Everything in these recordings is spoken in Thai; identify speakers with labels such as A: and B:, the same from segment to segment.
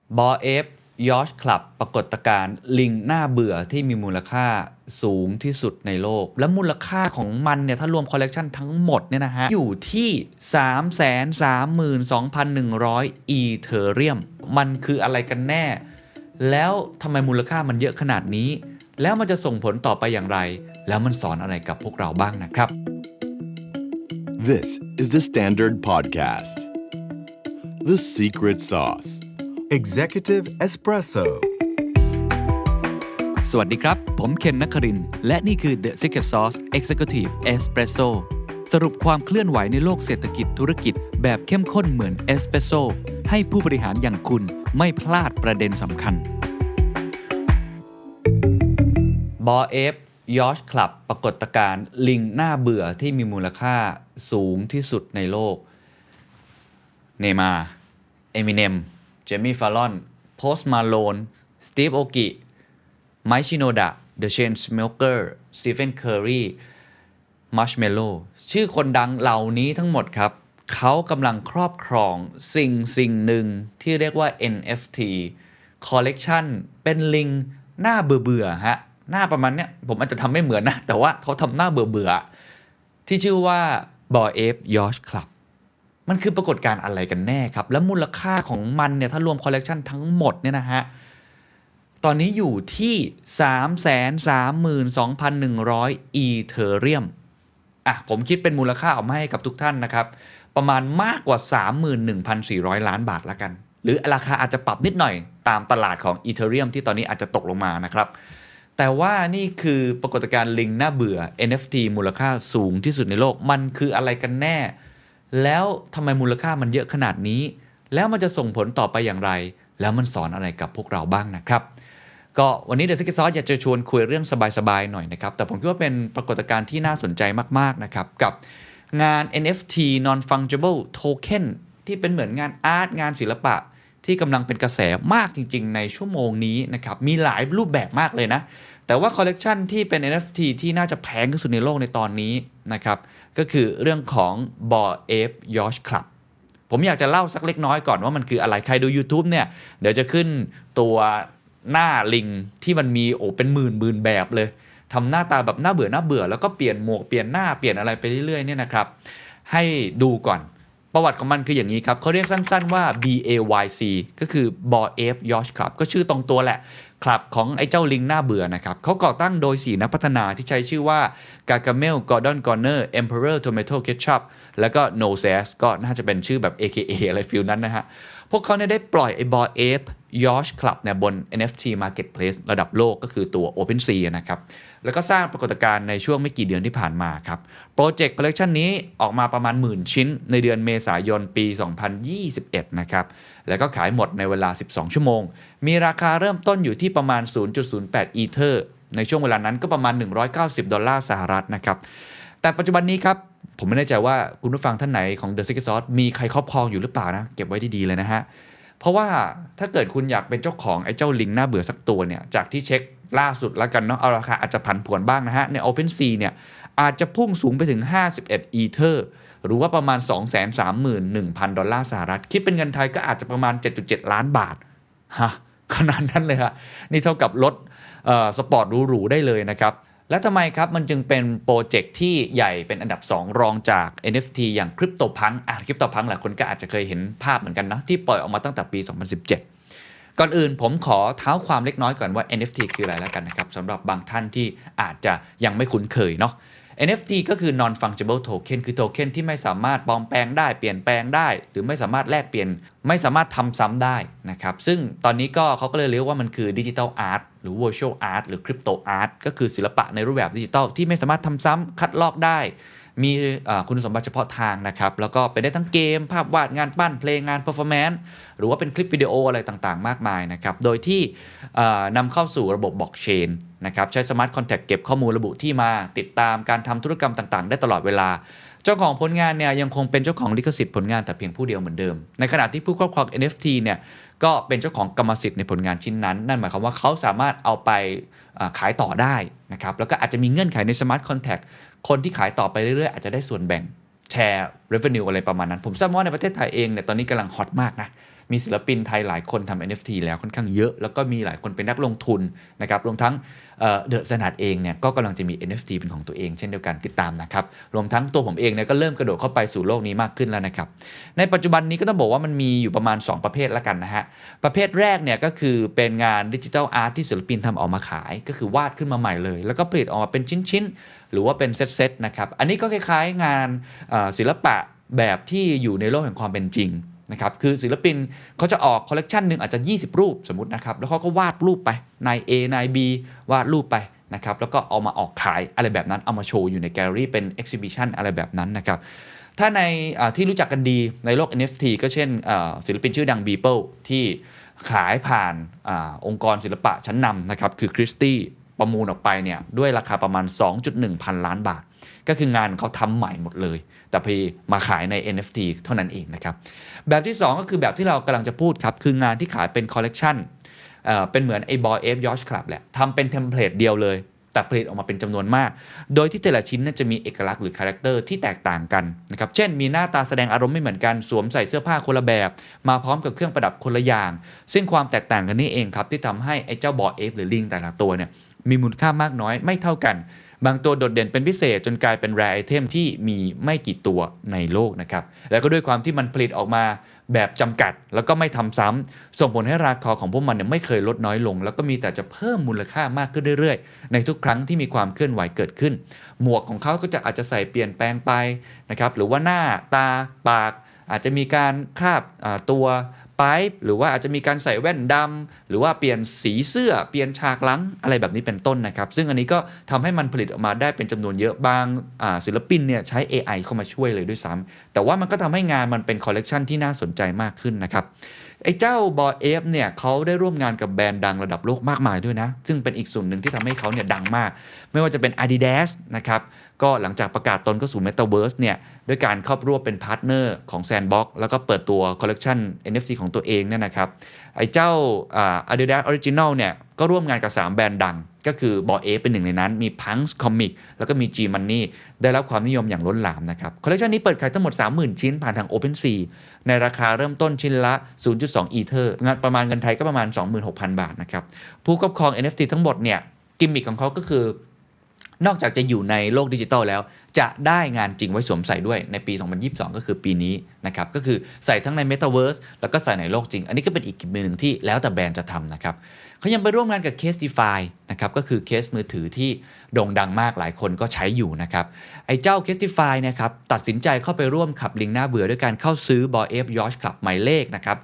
A: บอเอฟยอชคลับปรากฏการณ์ลิงน่าเบื่อที่มีมูลค่าสูงที่สุดในโลกและมูลค่าของมันเนี่ยถ้ารวมคอลเลกชันทั้งหมดเนี่ยนะฮะอยู่ที่ 332,100 อีเธอเรียมมันคืออะไรกันแน่แล้วทำไมมูลค่ามันเยอะขนาดนี้แล้วมันจะส่งผลต่อไปอย่างไรแล้วมันสอนอะไรกับพวกเราบ้างนะครับ
B: This is the Standard Podcast The Secret Sauce Executive Espresso
A: สวัสดีครับผมเคนนักครินทร์และนี่คือ The Secret Sauce Executive Espresso สรุปความเคลื่อนไหวในโลกเศรษฐกิจธุรกิจแบบเข้มข้นเหมือนเอสเปรสโซ่ให้ผู้บริหารอย่างคุณไม่พลาดประเด็นสำคัญบอเอฟยอชคลับปรากฏการณ์ลิงน่าเบื่อที่มีมูลค่าสูงที่สุดในโลกเนมาร์เอมิเนมเจมี่ฟาลอนโพสต์มาโลนสตีฟโอกิไมค์ชิโนดะเดอะเชนสโมเกอร์สตีเฟนเคอร์รีมัชเมลโล่ชื่อคนดังเหล่านี้ทั้งหมดครับเขากำลังครอบครองสิ่งหนึ่งที่เรียกว่า NFT Collection เป็นลิงหน้าเบื่อฮะหน้าประมาณเนี้ยผมอาจจะทำไม่เหมือนนะแต่ว่าเขาทำหน้าเบื่อที่ชื่อว่า Bored Ape Yacht Club มันคือปรากฏการณ์อะไรกันแน่ครับและมูลค่าของมันเนี่ยถ้ารวมคอลเลกชันทั้งหมดเนี่ยนะฮะตอนนี้อยู่ที่ 332,100 อีเธอเรียมผมคิดเป็นมูลค่าออกมาให้กับทุกท่านนะครับประมาณมากกว่า 31,400 ล้านบาทละกันหรือราคาอาจจะปรับนิดหน่อยตามตลาดของอีเธอเรียมที่ตอนนี้อาจจะตกลงมานะครับแต่ว่านี่คือปรากฏการณ์ลิงน่าเบื่อ NFT มูลค่าสูงที่สุดในโลกมันคืออะไรกันแน่แล้วทำไมมูลค่ามันเยอะขนาดนี้แล้วมันจะส่งผลต่อไปอย่างไรแล้วมันสอนอะไรกับพวกเราบ้างนะครับก็วันนี้ The Secret Sauce อยากจะชวนคุยเรื่องสบายๆหน่อยนะครับแต่ผมคิดว่าเป็นปรากฏการณ์ที่น่าสนใจมากๆนะครับกับงาน NFT Non-Fungible Token ที่เป็นเหมือนงานอาร์ตงานศิลปะที่กำลังเป็นกระแสมากจริงๆในชั่วโมงนี้นะครับมีหลายรูปแบบมากเลยนะแต่ว่าคอลเลกชันที่เป็น NFT ที่น่าจะแพงที่สุดในโลกในตอนนี้นะครับก็คือเรื่องของ Bored Ape Yacht Club ผมอยากจะเล่าสักเล็กน้อยก่อนว่ามันคืออะไรใครดู YouTube เนี่ยเดี๋ยวจะขึ้นตัวหน้าลิงที่มันมีเป็นหมื่นแบบเลยทำหน้าตาแบบน่าเบื่อแล้วก็เปลี่ยนหมวกเปลี่ยนหน้าเปลี่ยนอะไรไปเรื่อยๆเนี่ยนะครับให้ดูก่อนประวัติของมันคืออย่างนี้ครับเขาเรียกสั้นๆว่า BAYC ก็คือ Bored Ape Yacht Club ก็ชื่อตรงตัวแหละคลับของไอ้เจ้าลิงน่าเบื่อนะครับเขาก่อตั้งโดย4นักพัฒนาที่ใช้ชื่อว่า Gargamel Gordon Garner Emperor Tomato Ketchup แล้วก็ Noses ก็น่าจะเป็นชื่อแบบ AKA อะไรฟิลนั้นนะฮะพวกเขาเนี่ยได้ปล่อยไอ้ Bored Ape Yacht Club เนี่ยบน NFT Marketplace ระดับโลกก็คือตัว OpenSea นะครับแล้วก็สร้างปรากฏการณ์ในช่วงไม่กี่เดือนที่ผ่านมาครับโปรเจกต์คอลเลกชันนี้ออกมาประมาณ 10,000 ชิ้นในเดือนเมษายนปี 2021 นะครับแล้วก็ขายหมดในเวลา 12 ชั่วโมงมีราคาเริ่มต้นอยู่ที่ประมาณ 0.08 อีเธอร์ในช่วงเวลานั้นก็ประมาณ$190นะครับแต่ปัจจุบันนี้ครับผมไม่แน่ใจว่าคุณผู้ฟังท่านไหนของ The Secret Sauce มีใครครอบครองอยู่หรือเปล่านะเก็บไว้ดีๆเลยนะฮะเพราะว่าถ้าเกิดคุณอยากเป็นเจ้าของไอ้เจ้าลิงน่าเบื่อสักตัวเนี่ยจากที่เช็คล่าสุดแล้วกันเนาะเอาราคาอาจจะผันผวนบ้างนะฮะใน OpenSea เนี่ยอาจจะพุ่งสูงไปถึง51อีเธอร์หรือว่าประมาณ $231,000 สหรัฐคิดเป็นเงินไทยก็อาจจะประมาณ 7.7 ล้านบาทฮะขนาดนั้นเลยฮะนี่เท่ากับรถสปอร์ตหรูๆได้เลยนะครับและทำไมครับมันจึงเป็นโปรเจกต์ที่ใหญ่เป็นอันดับ2รองจาก NFT อย่าง CryptoPunk CryptoPunk หลายคนก็อาจจะเคยเห็นภาพเหมือนกันนะที่ปล่อยออกมาตั้งแต่ปี 2017 ก่อนอื่นผมขอเท้าความเล็กน้อยก่อนว่า NFT คืออะไรแล้วกันนะครับสำหรับบางท่านที่อาจจะยังไม่คุ้นเคยเนาะ NFT ก็คือ Non-Fungible Token คือโทเค็นที่ไม่สามารถปลอมแปลงได้เปลี่ยนแปลงได้หรือไม่สามารถแลกเปลี่ยนไม่สามารถทำซ้ำได้นะครับซึ่งตอนนี้ก็เขาก็เลยเรียกว่ามันคือ Digital Art หรือ Virtual Art หรือ Crypto Art ก็คือศิลปะในรูปแบบดิจิทัลที่ไม่สามารถทำซ้ำคัดลอกได้มีคุณสมบัติเฉพาะทางนะครับแล้วก็เป็นได้ทั้งเกมภาพวาดงานปั้นเพลงงาน performance หรือว่าเป็นคลิปวิดีโออะไรต่างๆมากมายนะครับโดยที่นำเข้าสู่ระบบบล็อกเชนนะครับใช้สมาร์ทคอนแท็กเก็บข้อมูลระบุที่มาติดตามการทำธุรกรรมต่างๆได้ตลอดเวลาเจ้าของผลงานเนี่ยยังคงเป็นเจ้าของลิขสิทธิ์ผลงานแต่เพียงผู้เดียวเหมือนเดิมในขณะที่ผู้ครอบครอง NFT เนี่ยก็เป็นเจ้าของกรรมสิทธิ์ในผลงานชิ้นนั้นนั่นหมายความว่าเขาสามารถเอาไปขายต่อได้นะครับแล้วก็อาจจะมีเงื่อนไขในสมาร์ทคอนแท็กคนที่ขายต่อไปเรื่อยๆอาจจะได้ส่วนแบ่งแชร์ revenue อะไรประมาณนั้นผมทราบว่าในประเทศไทยเองเนี่ยตอนนี้กำลังฮอตมากนะมีศิลปินไทยหลายคนทำ NFT แล้วค่อนข้างเยอะแล้วก็มีหลายคนเป็นนักลงทุนนะครับรวมทั้งเดอะสแตนดาร์ดเองเนี่ยก็กำลังจะมี NFT เป็นของตัวเองเช่นเดียวกันติดตามนะครับรวมทั้งตัวผมเองเนี่ยก็เริ่มกระโดดเข้าไปสู่โลกนี้มากขึ้นแล้วนะครับในปัจจุบันนี้ก็ต้องบอกว่ามันมีอยู่ประมาณ2ประเภทละกันนะฮะประเภทแรกเนี่ยก็คือเป็นงานดิจิทัลอาร์ตที่ศิลปินทำออกมาขายก็คือวาดขึ้นมาใหม่เลยแล้วก็ผลิตออกมาเป็นชิ้นๆหรือว่าเป็นเซตๆนะครับอันนี้ก็คล้ายๆงานศิลปะแบบที่อยู่ในโลกแห่งความเป็นจริงนะครับคือศิลปินเขาจะออกคอลเลกชันหนึ่งอาจจะ20รูปสมมุตินะครับแล้วเขาก็วาดรูปไปนาย A นาย B วาดรูปไปนะครับแล้วก็เอามาออกขายอะไรแบบนั้นเอามาโชว์อยู่ในแกลเลอรี่เป็น exhibition อะไรแบบนั้นนะครับถ้าในที่รู้จักกันดีในโลก NFT ก็เช่นศิลปินชื่อดัง Beeple ที่ขายผ่านองค์กรศิลปะชั้นนำนะครับคือ Christie ประมูลออกไปเนี่ยด้วยราคาประมาณ 2.1 พันล้านบาทก็คืองานเขาทำใหม่หมดเลยแต่พอมาขายใน NFT เท่านั้นเองนะครับแบบที่2ก็คือแบบที่เรากำลังจะพูดครับคืองานที่ขายเป็นคอลเลกชันเป็นเหมือนไอ้ Bored Ape Yacht Club แหละทำเป็นเทมเพลตเดียวเลยแต่ผลิตออกมาเป็นจำนวนมากโดยที่แต่ละชิ้นจะมีเอกลักษณ์หรือคาแรคเตอร์ที่แตกต่างกันนะครับเช่นมีหน้าตาแสดงอารมณ์ไม่เหมือนกันสวมใส่เสื้อผ้าคนละแบบมาพร้อมกับเครื่องประดับคนละอย่างซึ่งความแตกต่างกันนี่เองครับที่ทำให้ไอ้เจ้า Bored Ape หรือลิงแต่ละตัวเนี่ยมีมูลค่ามากน้อยไม่เท่ากันบางตัวโดดเด่นเป็นพิเศษจนกลายเป็น rare item ที่มีไม่กี่ตัวในโลกนะครับแล้วก็ด้วยความที่มันผลิตออกมาแบบจำกัดแล้วก็ไม่ทำซ้ำส่งผลให้ราคาของพวกมันเนี่ยไม่เคยลดน้อยลงแล้วก็มีแต่จะเพิ่มมูลค่ามากขึ้นเรื่อยๆในทุกครั้งที่มีความเคลื่อนไหวเกิดขึ้นหมวกของเขาก็จะอาจจะใส่เปลี่ยนแปลงไปนะครับหรือว่าหน้าตาปากอาจจะมีการคาบตัวไปหรือว่าอาจจะมีการใส่แว่นดำหรือว่าเปลี่ยนสีเสื้อเปลี่ยนฉากหลังอะไรแบบนี้เป็นต้นนะครับซึ่งอันนี้ก็ทำให้มันผลิตออกมาได้เป็นจำนวนเยอะบางศิลปินเนี่ยใช้ AI เข้ามาช่วยเลยด้วยซ้ำแต่ว่ามันก็ทำให้งานมันเป็นคอลเลกชันที่น่าสนใจมากขึ้นนะครับไอ้เจ้า Bored Ape เนี่ยเขาได้ร่วมงานกับแบรนด์ดังระดับโลกมากมายด้วยนะซึ่งเป็นอีกส่วนหนึ่งที่ทำให้เขาเนี่ยดังมากไม่ว่าจะเป็น Adidas นะครับก็หลังจากประกาศตนเข้าสู่ Metaverse เนี่ยด้วยการเข้าร่วมเป็นพาร์ทเนอร์ของ Sandbox แล้วก็เปิดตัวคอลเลกชัน NFT ของตัวเองเนี่ยนะครับไอ้เจ้าAdidas Original เนี่ยก็ร่วมงานกับ3แบรนด์ดังก็คือ Bored Ape เป็นหนึ่งในนั้นมี Punks Comic แล้วก็มี G Money ได้รับความนิยมอย่างล้นหลามนะครับคอลเลกชันนี้เปิดขายทั้งหมด 30,000 ชิ้นผ่านทาง OpenSea ในราคาเริ่มต้นชิ้นละ 0.2 อีเธอร์งานประมาณเงินไทยก็ประมาณ 26,000 บาทนะครับผู้ครอบครอง NFT ทั้งหมดเนี่ยกิมมิคของเขาก็คือนอกจากจะอยู่ในโลกดิจิทัลแล้วจะได้งานจริงไว้สวมใส่ด้วยในปี 2022 ก็คือปีนี้นะครับก็คือใส่ทั้งใน Metaverse แล้วก็ใส่ในโลกจริงอันนี้ก็เป็นอีกกิมมิคหนึ่งที่แล้วแต่แบรนด์จะทำนะครับเขายังไปร่วมงานกับ Casetify นะครับก็คือเคสมือถือที่โด่งดังมากหลายคนก็ใช้อยู่นะครับไอ้เจ้า Casetify นะครับตัดสินใจเข้าไปร่วมขับลิงหน้าเบื่อด้วยการเข้าซื้อ Bored Ape Yacht Club หมายเลขนะครับ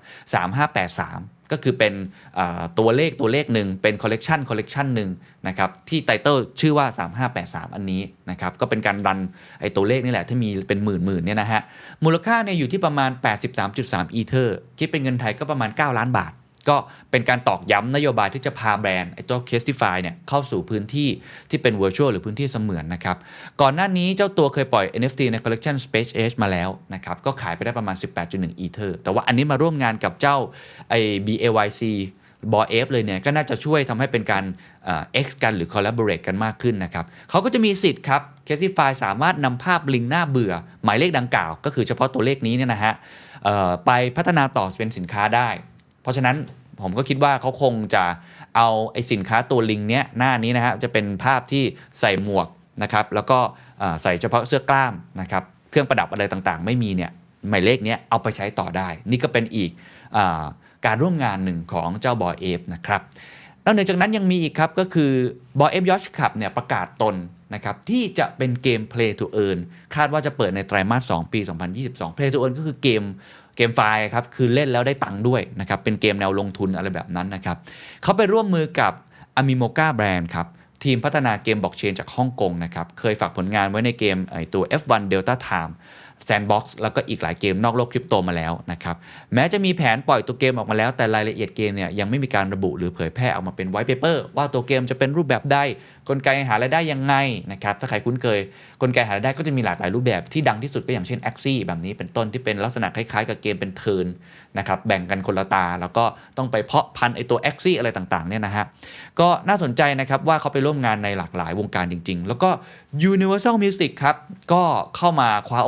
A: 3583ก็คือเป็นตัวเลขหนึ่งเป็นคอลเลกชันหนึ่งนะครับที่ไตเติลชื่อว่า3583อันนี้นะครับก็เป็นการรันไอ้ตัวเลขนี่แหละที่มีเป็นหมื่นเนี่ยนะฮะมูลค่าเนี่ยอยู่ที่ประมาณ 83.3 อีเธอร์คิดเป็นเงินไทยก็ประมาณ9 ล้านบาทก็เป็นการตอกย้ำนโยบายที่จะพาแบรนด์ไอ้ตัว Casetify เนี่ยเข้าสู่พื้นที่ที่เป็น virtual หรือพื้นที่เสมือนนะครับก่อนหน้านี้เจ้าตัวเคยปล่อย NFT ใน Collection Space Age มาแล้วนะครับก็ขายไปได้ประมาณ 18.1 อีเธอร์แต่ว่าอันนี้มาร่วมงานกับเจ้าไอ้ BAYC Bored Ape เลยเนี่ยก็น่าจะช่วยทำให้เป็นการX กันหรือ collaborate กันมากขึ้นนะครับเขาก็จะมีสิทธิ์ครับ Casetify สามารถนำภาพลิงหน้าเบื่อหมายเลขดังกล่าวก็คือเฉพาะตัวเลขนี้เนี่ยนะฮะไปพัฒนาต่อเป็นสินค้าได้เพราะฉะนั้นผมก็คิดว่าเขาคงจะเอาไอ้สินค้าตัวลิงเนี้ยหน้านี้นะฮะจะเป็นภาพที่ใส่หมวกนะครับแล้วก็ใส่เฉพาะเสื้อกล้ามนะครับเครื่องประดับอะไรต่างๆไม่มีเนี่ยหมายเลขนี้เอาไปใช้ต่อได้นี่ก็เป็นอีกการร่วมงานหนึ่งของเจ้า Bored Ape นะครับแล้วนอกจากนั้นยังมีอีกครับก็คือ Bored Ape Yacht Club เนี่ยประกาศตนนะครับที่จะเป็นเกม Play to Earn คาดว่าจะเปิดในไตรมาส 2 ปี 2022 Play to Earn ก็คือเกมไฟล์ครับคือเล่นแล้วได้ตังค์ด้วยนะครับเป็นเกมแนวลงทุนอะไรแบบนั้นนะครับเขาไปร่วมมือกับ Amimoca Brand ครับทีมพัฒนาเกมบล็อกเชนจากฮ่องกงนะครับเคยฝากผลงานไว้ในเกมตัว F1 Delta Time Sandbox แล้วก็อีกหลายเกมนอกโลกคริปโตมาแล้วนะครับแม้จะมีแผนปล่อยตัวเกมออกมาแล้วแต่รายละเอียดเกมเนี่ยยังไม่มีการระบุหรือเผยแพร่ออกมาเป็นไวท์เปเปอร์ว่าตัวเกมจะเป็นรูปแบบใดกลไกหารายได้ยังไงนะครับถ้าใครคุ้นเคยกลไกหารายได้ก็จะมีหลากหลายรูปแบบที่ดังที่สุดก็อย่างเช่น Axie แบบนี้เป็นต้นที่เป็นลักษณะคล้ายๆกับเกมเป็นเทิร์นนะครับแบ่งกันคนละตาแล้วก็ต้องไปเพาะพันธุ์ไอตัว Axie อะไรต่างๆเนี่ยนะฮะก็น่าสนใจนะครับว่าเขาไปร่วมงานในหลากหลายวงการจริงๆแล้วก็ Universal Music ครับก็เข้ามาคว้าโอกาสนี้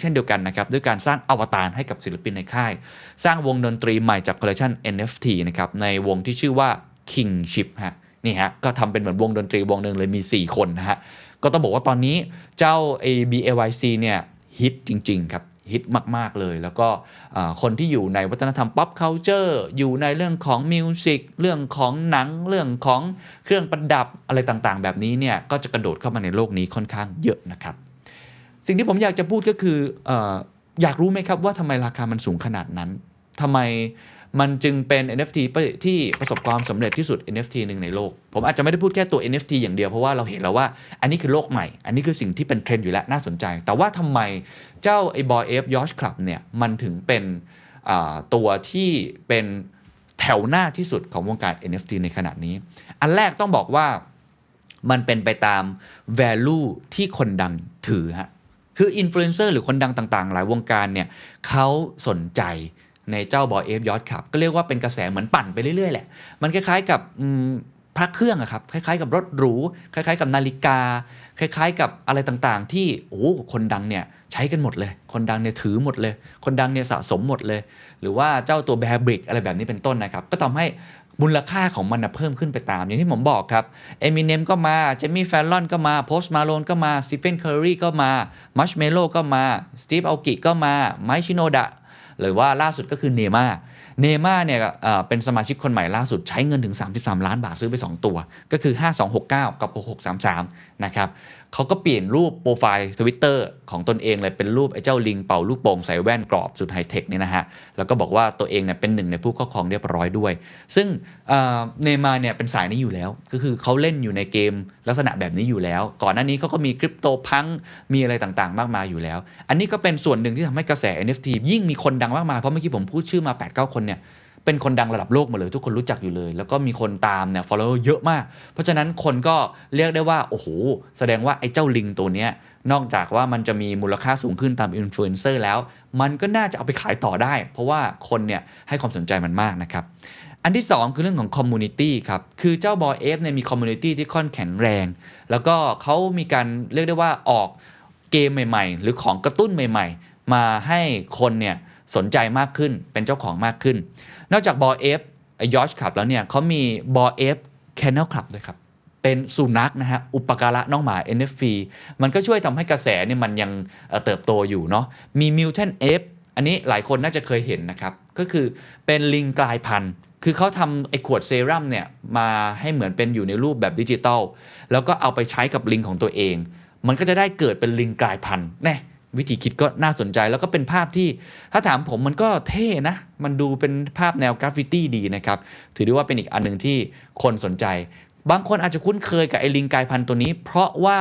A: เช่นเดียวกันนะครับด้วยการสร้างอวตารให้กับศิลปินในค่ายสร้างวงดนตรีใหม่จากคอลเลคชัน NFT นะครับในวงที่ชื่อว่า Kingship ฮะนี่ฮะก็ทำเป็นเหมือนวงดนตรีวงหนึ่งเลยมี4คนนะฮะก็ต้องบอกว่าตอนนี้เจ้า BAYC เนี่ยฮิตจริงๆครับฮิตมากๆเลยแล้วก็คนที่อยู่ในวัฒนธรรม pop culture อยู่ในเรื่องของมิวสิกเรื่องของหนังเรื่องของเครื่องประดับอะไรต่างๆแบบนี้เนี่ยก็จะกระโดดเข้ามาในโลกนี้ค่อนข้างเยอะนะครับสิ่งที่ผมอยากจะพูดก็คืออยากรู้ไหมครับว่าทำไมราคามันสูงขนาดนั้นทำไมมันจึงเป็น NFT ที่ประสบความสำเร็จที่สุด NFT หนึ่งในโลกผมอาจจะไม่ได้พูดแค่ตัว NFT อย่างเดียวเพราะว่าเราเห็นแล้วว่าอันนี้คือโลกใหม่อันนี้คือสิ่งที่เป็นเทรนด์อยู่แล้วน่าสนใจแต่ว่าทำไมเจ้าไอ้ Bored Ape Yacht Club เนี่ยมันถึงเป็นตัวที่เป็นแถวหน้าที่สุดของวงการ NFT ในขณะนี้อันแรกต้องบอกว่ามันเป็นไปตาม value ที่คนดังถือฮะคืออินฟลูเอนเซอร์หรือคนดังต่างๆหลายวงการเนี่ยเขาสนใจในเจ้า Bored Ape Yacht Club ก็เรียกว่าเป็นกระแสเหมือนปั่นไปเรื่อยๆแหละมันคล้ายๆกับพระเครื่องอะครับคล้ายๆกับรถหรูคล้ายๆกับนาฬิกาคล้ายๆกับอะไรต่างๆที่คนดังเนี่ยใช้กันหมดเลยคนดังเนี่ยถือหมดเลยคนดังเนี่ยสะสมหมดเลยหรือว่าเจ้าตัว Bear Brick อะไรแบบนี้เป็นต้นนะครับก็ทำให้มูลค่าของมันเพิ่มขึ้นไปตามอย่างที่ผมบอกครับ Eminem ก็มาเจมี่แฟลลอนก็มาโพสต์มาโลนก็มาสตีเฟนเคอร์รีก็มามัชเมโลก็มาสตีฟอัลกิก็มาไมค์ชิโนดะหรือว่าล่าสุดก็คือเนม่าเนี่ยเป็นสมาชิกคนใหม่ล่าสุดใช้เงินถึง33ล้านบาทซื้อไป2ตัวก็คือ5269กับ6633นะครับเขาก็เปลี่ยนรูปโปรไฟล์ Twitter ของตนเองเลยเป็นรูปไอ้เจ้าลิงเป่าลูกโป่งใส่แว่นกรอบสุดไฮเทคเนี่ยนะฮะแล้วก็บอกว่าตัวเองเนี่ยเป็นหนึ่งในผู้ครอบครองเรียบร้อยด้วยซึ่งเนม่าเนี่ยเป็นสายนี้อยู่แล้วก็คือเขาเล่นอยู่ในเกมลักษณะแบบนี้อยู่แล้วก่อนหน้านี้เขาก็มีคริปโตพังมีอะไรต่างๆมากมายอยู่แล้วอันนี้ก็เป็นส่วนหนึ่งที่ทำให้กระแส NFT ยิ่งมีคนดังมากมายเพราะเมื่อกี้ผมพูดชื่อมา 8-9 คนเนี่ยเป็นคนดังระดับโลกหมดเลยทุกคนรู้จักอยู่เลยแล้วก็มีคนตามเนี่ย follower เยอะมากเพราะฉะนั้นคนก็เรียกได้ว่าโอ้โหแสดงว่าไอ้เจ้าลิงตัวเนี้ยนอกจากว่ามันจะมีมูลค่าสูงขึ้นตามอินฟลูเอนเซอร์แล้วมันก็น่าจะเอาไปขายต่อได้เพราะว่าคนเนี่ยให้ความสนใจมันมากนะครับอันที่2คือเรื่องของคอมมูนิตี้ครับคือเจ้า Bored Ape เนี่ยมีคอมมูนิตี้ที่ค่อนแข็งแรงแล้วก็เขามีการเรียกได้ว่าออกเกมใหม่ๆหรือของกระตุ้นใหม่ๆมาให้คนเนี่ยสนใจมากขึ้นเป็นเจ้าของมากขึ้นนอกจาก Bored Ape Yacht Club แล้วเนี่ยเขามี Bored Ape Kennel Club ด้วยครับเป็นสุนัขนะฮะอุปการะน้องหมา NFT มันก็ช่วยทำให้กระแสเนี่ยมันยังเติบโตอยู่เนาะมี Mutant Ape อันนี้หลายคนน่าจะเคยเห็นนะครับก็คือเป็นลิงกลายพันธุ์คือเขาทำไอ้ขวดเซรั่มเนี่ยมาให้เหมือนเป็นอยู่ในรูปแบบดิจิตอลแล้วก็เอาไปใช้กับลิงของตัวเองมันก็จะได้เกิดเป็นลิงกลายพันธุ์แน่วิธีคิดก็น่าสนใจแล้วก็เป็นภาพที่ถ้าถามผมมันก็เท่นะมันดูเป็นภาพแนวกราฟฟิตี้ดีนะครับถือได้ว่าเป็นอีกอันหนึ่งที่คนสนใจบางคนอาจจะคุ้นเคยกับไอ้ลิงกลายพันธุ์ตัวนี้เพราะว่า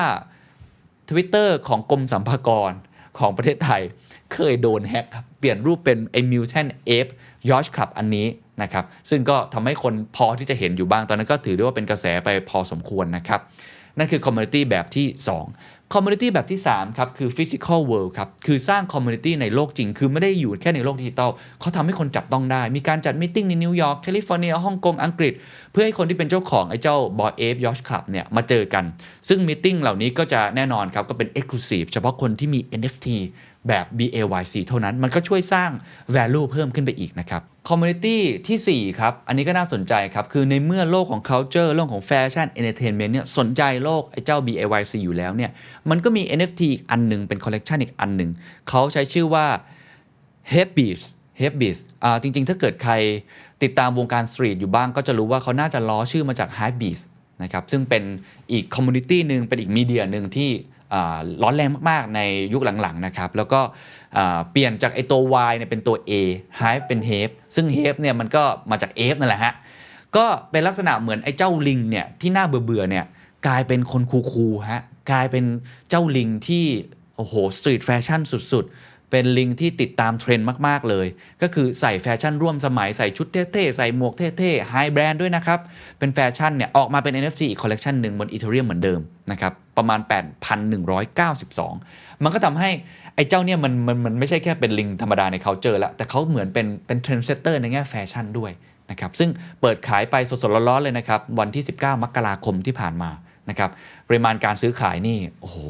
A: Twitter ของกรมสรรพากรของประเทศไทยเคยโดนแฮกครับเปลี่ยนรูปเป็นไอ้ Mutant Ape Yacht Club อันนี้นะครับซึ่งก็ทำให้คนพอที่จะเห็นอยู่บ้างตอนนั้นก็ถือได้ว่าเป็นกระแสไปพอสมควรนะครับนั่นคือคอมมูนิตี้แบบที่2คอมมูนิตี้แบบที่3ครับคือ Physical World ครับคือสร้างคอมมูนิตี้ในโลกจริงคือไม่ได้อยู่แค่ในโลกดิจิตอลเขาทำให้คนจับต้องได้มีการจัดมีตติ้งในนิวยอร์กแคลิฟอร์เนียฮ่องกงอังกฤษเพื่อให้คนที่เป็นเจ้าของไอ้เจ้า Bored Ape Yacht Club เนี่ยมาเจอกันซึ่งมีตติ้งเหล่านี้ก็จะแน่นอนครับก็เป็น Exclusive เฉพาะคนที่มี NFT แบบ BAYC เท่านั้นมันก็ช่วยสร้าง value เพิ่มขึ้นไปอีกนะครับคอมมูนิตี้ที่4ครับอันนี้ก็น่าสนใจครับคือในเมื่อโลกของ culture โลกของแฟชั่น entertainment เนี่ยสนใจโลกไอ้เจ้า BAYC อยู่แล้วเนี่ยมันก็มี NFT อีกอันหนึ่งเป็น collection อีกอันหนึ่งเขาใช้ชื่อว่า Hypebeast จริงๆถ้าเกิดใครติดตามวงการสตรีทอยู่บ้างก็จะรู้ว่าเขาน่าจะล้อชื่อมาจาก Hypebeast นะครับซึ่งเป็นอีกคอมมูนิตี้นึงเป็นอีกมีเดียนึงที่ร้อนแรงมากๆในยุคหลังๆนะครับแล้วก็เปลี่ยนจากไอตัว Y เนี่ยเป็นตัว A Hype เป็น Hype ซึ่ง Hype เนี่ยมันก็มาจาก Ape นั่นแหละฮะก็เป็นลักษณะเหมือนไอ้เจ้าลิงเนี่ยที่น่าเบื่อๆเนี่ยกลายเป็นคนคูลๆฮะกลายเป็นเจ้าลิงที่โอ้โหสตรีทแฟชั่นสุดๆเป็นลิงที่ติดตามเทรนด์มากๆเลยก็คือใส่แฟชั่นร่วมสมัยใส่ชุดเท่ๆใส่หมวกเท่ๆไฮแบรนด์ด้วยนะครับเป็นแฟชั่นเนี่ยออกมาเป็น NFT อีกคอลเลคชันหนึ่งบน Ethereum เหมือนเดิมนะครับประมาณ 8,192 มันก็ทำให้ไอ้เจ้าเนี่ยมันไม่ใช่แค่เป็นลิงธรรมดาใน culture แล้วแต่เขาเหมือนเป็นเทรนด์เซตเตอร์ในแง่แฟชั่นด้วยนะครับซึ่งเปิดขายไปสดๆร้อนๆเลยนะครับวันที่19 มกราคมที่ผ่านมานะครับปริมาณการซื้อขายนี่โอ้โห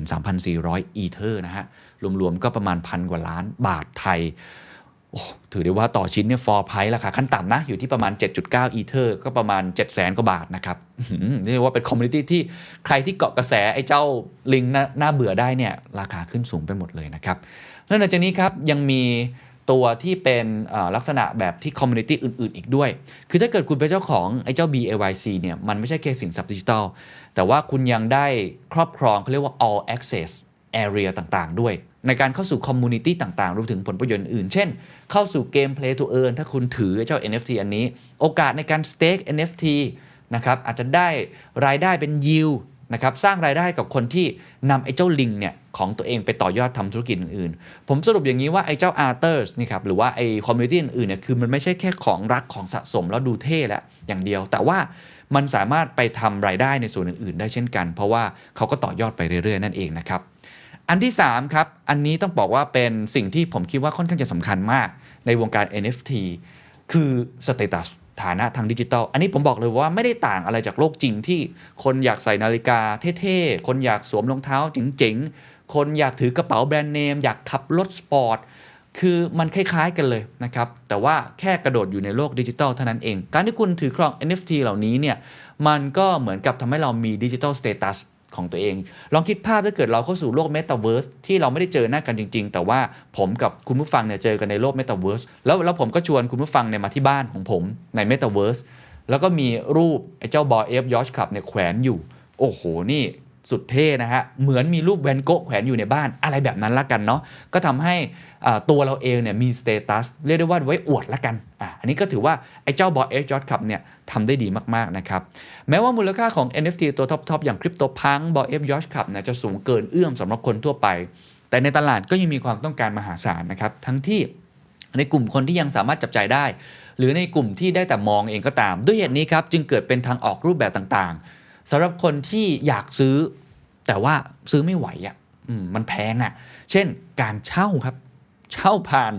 A: 13,400 อีเธอร์นะฮะรวมๆก็ประมาณ1,000 กว่าล้านบาทไทยถือได้ว่าต่อชิ้นเนี่ยฟอร์ไพรส์ราคาขั้นต่ำนะอยู่ที่ประมาณ 7.9 อีเธอร์ก็ประมาณ 700,000 กว่าบาทนะครับเรียกว่าเป็นคอมมูนิตี้ที่ใครที่เกาะกระแสไอ้เจ้าลิงน่าเบื่อได้เนี่ยราคาขึ้นสูงไปหมดเลยนะครับนอกจากนี้ครับยังมีตัวที่เป็นลักษณะแบบที่คอมมูนิตี้อื่นๆอีกด้วยคือถ้าเกิดคุณเป็นเจ้าของไอ้เจ้า BAYC เนี่ยมันไม่ใช่แค่สินทรัพย์ดิจิทัลแต่ว่าคุณยังได้ครอบครองเขาเรียกว่า all access area ต่างๆด้วยในการเข้าสู่คอมมูนิตี้ต่างๆรวมถึงผลประโยชน์อื่นเช่นเข้าสู่เกม Play to Earn ถ้าคุณถือเจ้า NFT อันนี้โอกาสในการ stake NFT นะครับอาจจะได้รายได้เป็น yield นะครับสร้างรายได้กับคนที่นำไอ้เจ้าลิงเนี่ยของตัวเองไปต่อยอดทำธุรกิจอื่นๆผมสรุปอย่างนี้ว่าไอ้เจ้า Arthurs นี่ครับหรือว่าไอ้คอมมูนิตี้อื่นๆเนี่ยคือมันไม่ใช่แค่ของรักของสะสมแล้วดูเท่แล้วอย่างเดียวแต่ว่ามันสามารถไปทำรายได้ในส่วนอื่นๆได้เช่นกันเพราะว่าเขาก็ต่อยอดไปเรื่อยๆนั่นเองนะครับอันที่3ครับอันนี้ต้องบอกว่าเป็นสิ่งที่ผมคิดว่าค่อนข้างจะสำคัญมากในวงการ NFT คือ status ฐานะทางดิจิทัลอันนี้ผมบอกเลยว่าไม่ได้ต่างอะไรจากโลกจริงที่คนอยากใส่นาฬิกาเท่ๆคนอยากสวมรองเท้าเจ๋งๆคนอยากถือกระเป๋าแบรนด์เนมอยากขับรถสปอร์ตคือมันคล้ายๆกันเลยนะครับแต่ว่าแค่กระโดดอยู่ในโลกดิจิทัลเท่านั้นเองการที่คุณถือครอง NFT เหล่านี้เนี่ยมันก็เหมือนกับทำให้เรามีดิจิทัลสเตตัสของตัวเองลองคิดภาพถ้าเกิดเราเข้าสู่โลก Metaverse ที่เราไม่ได้เจอหน้ากันจริงๆแต่ว่าผมกับคุณผู้ฟังเนี่ยเจอกันในโลก Metaverse แล้วผมก็ชวนคุณผู้ฟังเนี่ยมาที่บ้านของผมใน Metaverse แล้วก็มีรูปไอ้เจ้าบอยยอชคลับเนี่ยแขวนอยู่โอ้โหนี่สุดเท่นะฮะเหมือนมีรูปแวนโก๊ะแขวนอยู่ในบ้านอะไรแบบนั้นละกันเนาะก็ทำให้ตัวเราเองเนี่ยมีสเตตัสเรียกได้ว่าไว้อวดละกันอันนี้ก็ถือว่าไอ้เจ้าบอยยอชคลับเนี่ยทำได้ดีมากๆนะครับแม้ว่ามูลค่าของ NFT ตัวท็อปๆอย่าง CryptoPunk บอยยอชคลับเนี่ยจะสูงเกินเอื้อมสำหรับคนทั่วไปแต่ในตลาดก็ยังมีความต้องการมหาศาลนะครับทั้งที่ในกลุ่มคนที่ยังสามารถจับจ่ายได้หรือในกลุ่มที่ได้แต่มองเองก็ตามด้วยเหตุนี้ครับจึงเกิดเป็นทางออกรูปแบบต่างๆสำหรับคนที่อยากซื้อแต่ว่าซื้อไม่ไหวมันแพงเช่นการเช่าครับเช่าผ่าน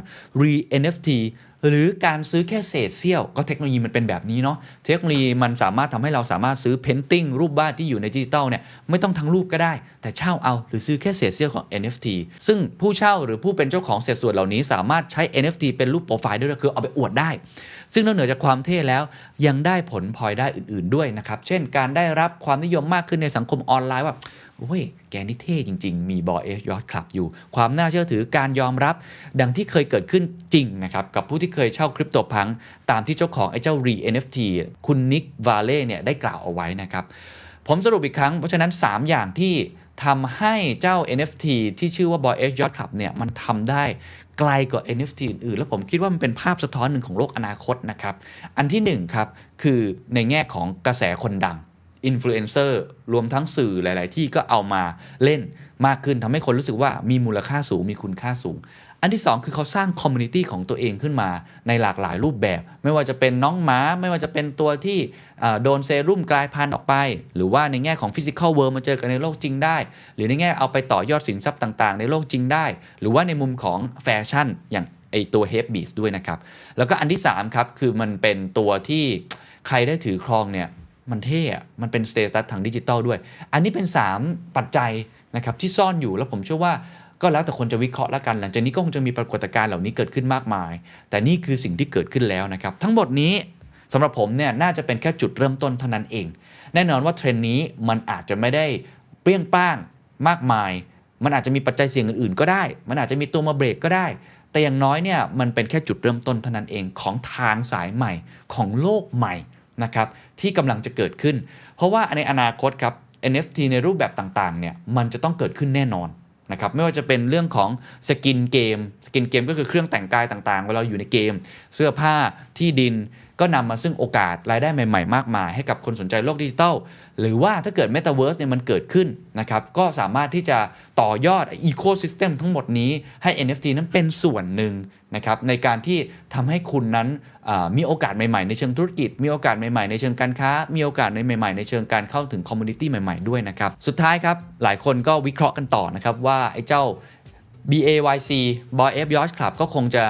A: NFT หรือการซื้อแค่เศษเสี้ยวก็เทคโนโลยีมันเป็นแบบนี้เนาะเทคโนโลยีมันสามารถทำให้เราสามารถซื้อเพนติ้งรูปวาดที่อยู่ในดิจิตอลเนี่ยไม่ต้องทั้งรูปก็ได้แต่เช่าเอาหรือซื้อแค่เศษเสี้ยวของ NFT ซึ่งผู้เช่าหรือผู้เป็นเจ้าของเศษส่วนเหล่านี้สามารถใช้ NFT เป็นรูปโปรไฟล์ด้วยคือเอาไปอวดได้ซึ่งนอกเหนือจากความเท่แล้วยังได้ผลพลอยได้อื่นๆด้วยนะครับเช่นการได้รับความนิยมมากขึ้นในสังคมออนไลน์ว่าโอ้ยแกนี่เท่จริงๆมีบอยยอชคลับอยู่ความน่าเชื่อถือการยอมรับดังที่เคยเกิดขึ้นจริงนะครับกับผู้ที่เคยเช่าคริปโตพังตามที่เจ้าของไอ้เจ้า NFT คุณนิกวาเล่เนี่ยได้กล่าวเอาไว้นะครับผมสรุปอีกครั้งเพราะฉะนั้น3อย่างที่ทำให้เจ้า NFT ที่ชื่อว่า Boy X Yacht Club เนี่ยมันทำได้ไกลกว่า NFT อื่นๆแล้วผมคิดว่ามันเป็นภาพสะท้อนหนึ่งของโลกอนาคตนะครับอันที่1ครับคือในแง่ของกระแสคนดังอินฟลูเอนเซอร์รวมทั้งสื่อหลายๆที่ก็เอามาเล่นมากขึ้นทำให้คนรู้สึกว่ามีมูลค่าสูงมีคุณค่าสูงอันที่2คือเขาสร้างคอมมูนิตี้ของตัวเองขึ้นมาในหลากหลายรูปแบบไม่ว่าจะเป็นน้องหมาไม่ว่าจะเป็นตัวที่โดนเซรุ่มกลายพันธุ์ออกไปหรือว่าในแง่ของฟิสิกอลเวิลด์มาเจอกันในโลกจริงได้หรือในแง่เอาไปต่อยอดสินทรัพย์ต่างๆในโลกจริงได้หรือว่าในมุมของแฟชั่นอย่างไอตัว Hypebeast ด้วยนะครับแล้วก็อันที่3ครับคือมันเป็นตัวที่ใครได้ถือครองเนี่ยมันเท่มันเป็นสเตตัสทางดิจิตอลด้วยอันนี้เป็น3ปัจจัยนะครับที่ซ่อนอยู่แล้วผมเชื่อว่าก็แล้วแต่คนจะวิเคราะห์แล้วกันหลังจากนี้ก็คงจะมีปรากฏการณ์เหล่านี้เกิดขึ้นมากมายแต่นี่คือสิ่งที่เกิดขึ้นแล้วนะครับทั้งหมดนี้สำหรับผมเนี่ยน่าจะเป็นแค่จุดเริ่มต้นเท่านั้นเองแน่นอนว่าเทรนด์นี้มันอาจจะไม่ได้เปรี้ยงป้างมากมายมันอาจจะมีปัจจัยเสี่ยงอื่นๆก็ได้มันอาจจะมีตัวมาเบรกก็ได้แต่อย่างน้อยเนี่ยมันเป็นแค่จุดเริ่มต้นเท่านั้นเองของทางสายใหม่ของโลกใหม่นะครับที่กำลังจะเกิดขึ้นเพราะว่าในอนาคตครับ NFT ในรูปแบบต่างๆเนี่ยมันจะต้องเกิดขึ้นแน่นอนนะครับไม่ว่าจะเป็นเรื่องของสกินเกมก็คือเครื่องแต่งกายต่างๆเวลาอยู่ในเกมเสื้อผ้าที่ดินก็นำมาซึ่งโอกาสรายได้ใหม่ๆมากมายให้กับคนสนใจโลกดิจิทัลหรือว่าถ้าเกิด Metaverse เนี่ยมันเกิดขึ้นนะครับก็สามารถที่จะต่อยอด Ecosystem ทั้งหมดนี้ให้ NFT นั้นเป็นส่วนหนึ่งนะครับในการที่ทำให้คุณนั้นมีโอกาสใหม่ๆในเชิงธุรกิจมีโอกาสใหม่ๆในเชิงการค้ามีโอกาสใหม่ๆในเชิงการเข้าถึงคอมมูนิตี้ใหม่ๆด้วยนะครับสุดท้ายครับหลายคนก็วิเคราะห์กันต่อนะครับว่าไอ้เจ้าBAYC Boy F Yacht Club ก็คงจะ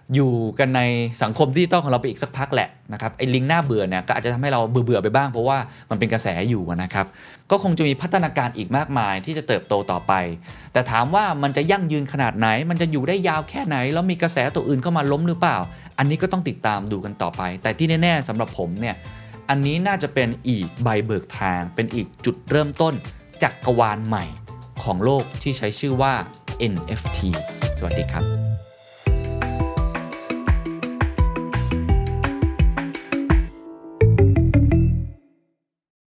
A: อยู่กันในสังคมดิจิตอลของเราไปอีกสักพักแหละนะครับไอ้ลิงก์น่าเบื่อเนี่ยก็อาจจะทำให้เราเบื่อไปบ้างเพราะว่ามันเป็นกระแสอยู่นะครับก็คงจะมีพัฒนาการอีกมากมายที่จะเติบโตต่อไปแต่ถามว่ามันจะยั่งยืนขนาดไหนมันจะอยู่ได้ยาวแค่ไหนแล้วมีกระแสตัวอื่นเข้ามาล้มหรือเปล่าอันนี้ก็ต้องติดตามดูกันต่อไปแต่ที่แน่ๆสำหรับผมเนี่ยอันนี้น่าจะเป็นอีกใบเบิกทางเป็นอีกจุดเริ่มต้นจักรวาลใหม่ของโลกที่ใช้ชื่อว่า NFT สวัสดีครับ